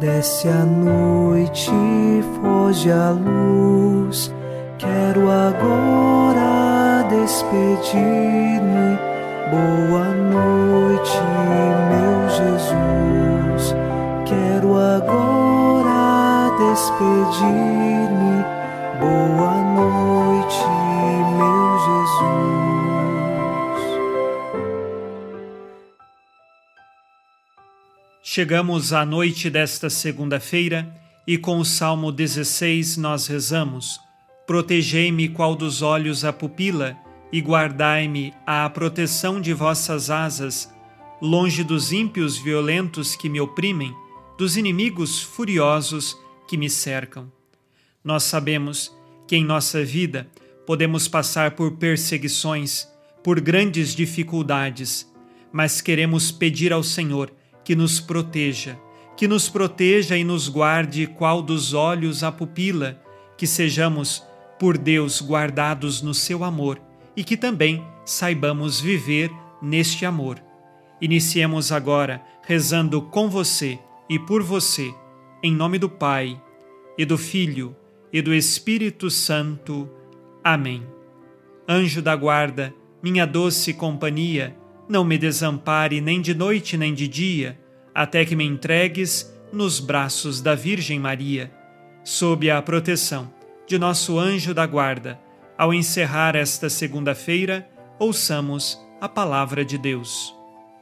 Desce a noite, foge a luz. Quero agora despedir-me. Boa noite, meu Jesus. Quero agora despedir-me. Boa noite, meu Jesus. Chegamos à noite desta segunda-feira e com o Salmo 16 nós rezamos: protegei-me qual dos olhos a pupila e guardai-me à proteção de vossas asas, longe dos ímpios violentos que me oprimem, dos inimigos furiosos que me cercam. Nós sabemos que em nossa vida podemos passar por perseguições, por grandes dificuldades, mas queremos pedir ao Senhor que nos proteja e nos guarde qual dos olhos a pupila, que sejamos, por Deus, guardados no seu amor e que também saibamos viver neste amor. Iniciemos agora rezando com você e por você, em nome do Pai, e do Filho, e do Espírito Santo. Amém. Anjo da guarda, minha doce companhia, não me desampare nem de noite nem de dia, até que me entregues nos braços da Virgem Maria. Sob a proteção de nosso anjo da guarda, ao encerrar esta segunda-feira, ouçamos a palavra de Deus.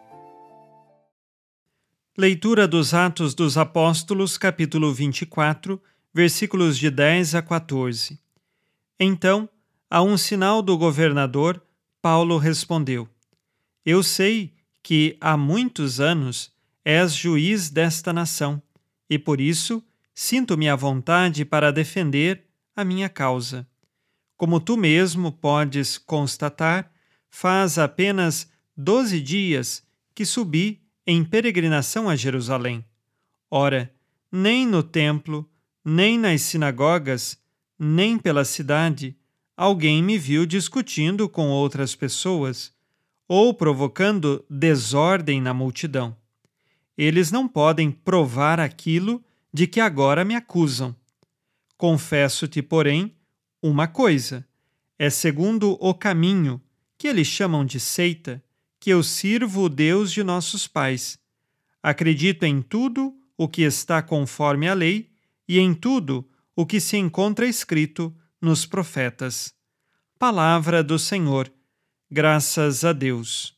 Leitura dos Atos dos Apóstolos, capítulo 24, versículos de 10 a 14. Então, a um sinal do governador, Paulo respondeu: Eu sei que há muitos anos és juiz desta nação, e por isso sinto-me à vontade para defender a minha causa. Como tu mesmo podes constatar, faz apenas 12 dias que subi em peregrinação a Jerusalém. Ora, nem no templo, nem nas sinagogas, nem pela cidade, alguém me viu discutindo com outras pessoas, ou provocando desordem na multidão. Eles não podem provar aquilo de que agora me acusam. Confesso-te, porém, uma coisa: é segundo o caminho, que eles chamam de seita, que eu sirvo o Deus de nossos pais. Acredito em tudo o que está conforme a lei e em tudo o que se encontra escrito nos profetas. Palavra do Senhor. Graças a Deus.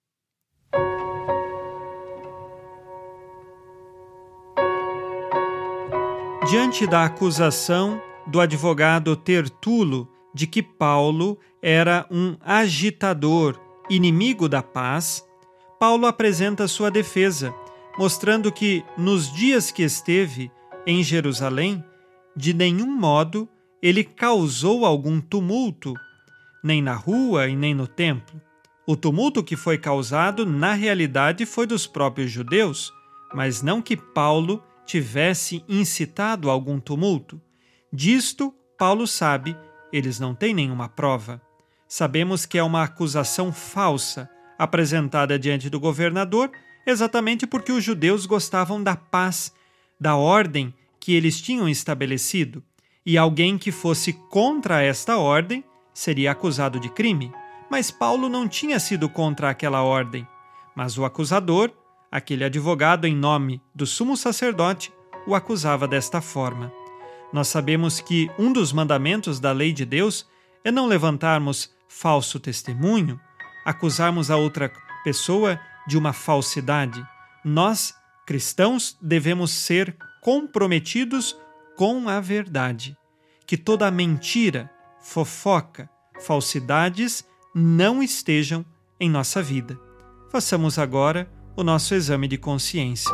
Diante da acusação do advogado Tertulo de que Paulo era um agitador, inimigo da paz, Paulo apresenta sua defesa, mostrando que, nos dias que esteve em Jerusalém, de nenhum modo ele causou algum tumulto, nem na rua e nem no templo. O tumulto que foi causado, na realidade, foi dos próprios judeus, mas não que Paulo tivesse incitado algum tumulto. Disto, Paulo sabe, eles não têm nenhuma prova. Sabemos que é uma acusação falsa, apresentada diante do governador, exatamente porque os judeus gostavam da paz, da ordem que eles tinham estabelecido, e alguém que fosse contra esta ordem seria acusado de crime. Mas Paulo não tinha sido contra aquela ordem, mas o acusador, aquele advogado em nome do sumo sacerdote, o acusava desta forma. Nós sabemos que um dos mandamentos da lei de Deus é não levantarmos falso testemunho, acusarmos a outra pessoa de uma falsidade. Nós, cristãos, devemos ser comprometidos com a verdade. Que toda mentira, fofoca, falsidades não estejam em nossa vida. Façamos agora o nosso exame de consciência.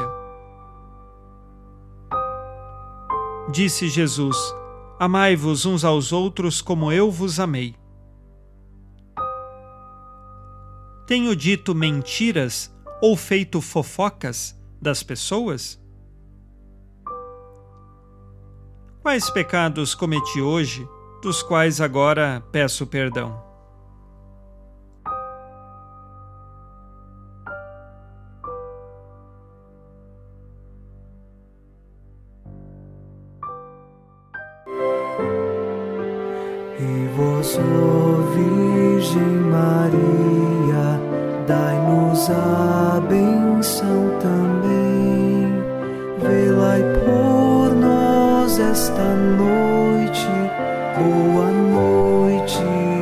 Disse Jesus: Amai-vos uns aos outros como eu vos amei. Tenho dito mentiras ou feito fofocas das pessoas? Quais pecados cometi hoje, dos quais agora peço perdão? ó Virgem Maria, dai-nos a benção também. Velai por nós esta noite, boa noite,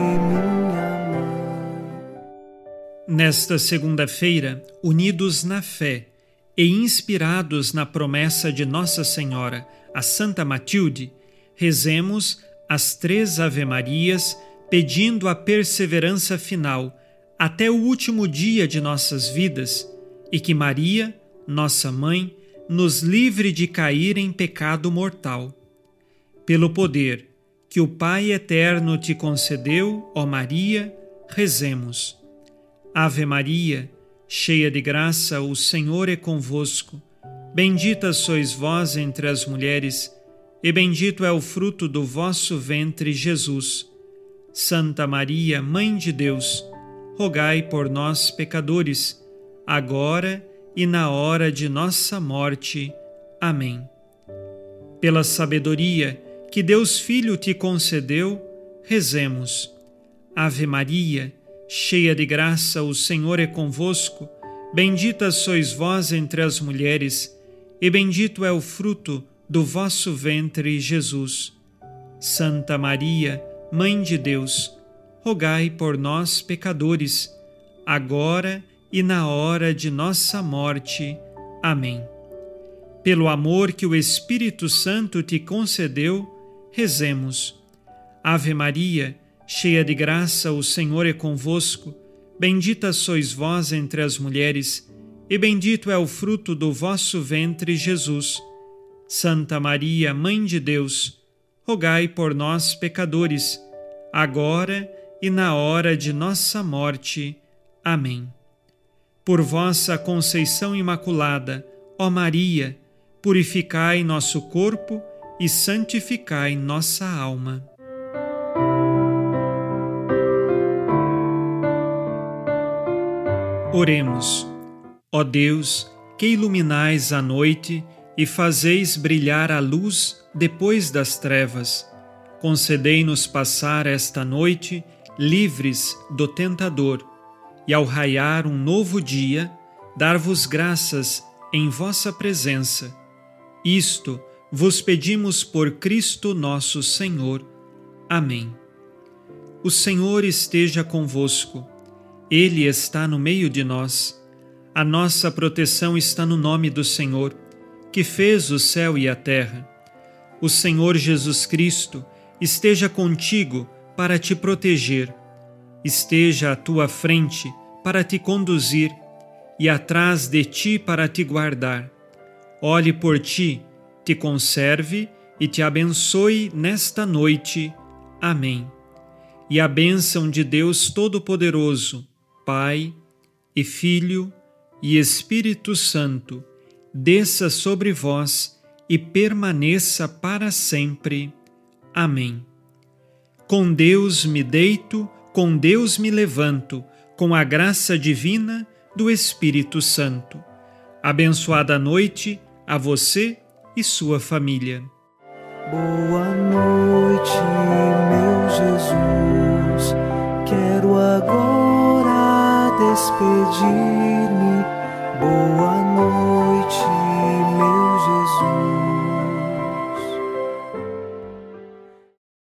minha mãe. Nesta segunda-feira, unidos na fé e inspirados na promessa de Nossa Senhora, a Santa Matilde, rezemos as 3 Ave-Marias, pedindo a perseverança final até o último dia de nossas vidas e que Maria, nossa Mãe, nos livre de cair em pecado mortal. Pelo poder que o Pai Eterno te concedeu, ó Maria, rezemos. Ave Maria, cheia de graça, o Senhor é convosco. Bendita sois vós entre as mulheres, e bendito é o fruto do vosso ventre, Jesus. Santa Maria, Mãe de Deus, rogai por nós, pecadores, agora e na hora de nossa morte. Amém. Pela sabedoria que Deus Filho te concedeu, rezemos. Ave Maria, cheia de graça, o Senhor é convosco. Bendita sois vós entre as mulheres, e bendito é o fruto do vosso ventre, Jesus. Santa Maria, Mãe de Deus, rogai por nós, pecadores, agora e na hora de nossa morte. Amém. Pelo amor que o Espírito Santo te concedeu, rezemos. Ave Maria, cheia de graça, o Senhor é convosco. Bendita sois vós entre as mulheres, e bendito é o fruto do vosso ventre, Jesus. Santa Maria, Mãe de Deus, rogai por nós, pecadores, agora e na hora de nossa morte. Amém. Por vossa conceição imaculada, ó Maria, purificai nosso corpo e santificai nossa alma. Oremos. Ó Deus, que iluminais a noite e fazeis brilhar a luz depois das trevas, concedei-nos passar esta noite livres do tentador e, ao raiar um novo dia, dar-vos graças em vossa presença. Isto vos pedimos por Cristo nosso Senhor. Amém. O Senhor esteja convosco. Ele está no meio de nós. A nossa proteção está no nome do Senhor, que fez o céu e a terra. O Senhor Jesus Cristo esteja contigo para te proteger, esteja à tua frente para te conduzir e atrás de ti para te guardar. Olhe por ti, te conserve e te abençoe nesta noite. Amém. E a bênção de Deus Todo-Poderoso, Pai e Filho e Espírito Santo, desça sobre vós e permaneça para sempre. Amém. Com Deus me deito, com Deus me levanto, com a graça divina do Espírito Santo. Abençoada noite a você e sua família. Boa noite, meu Jesus. Quero agora despedir-me. Boa noite.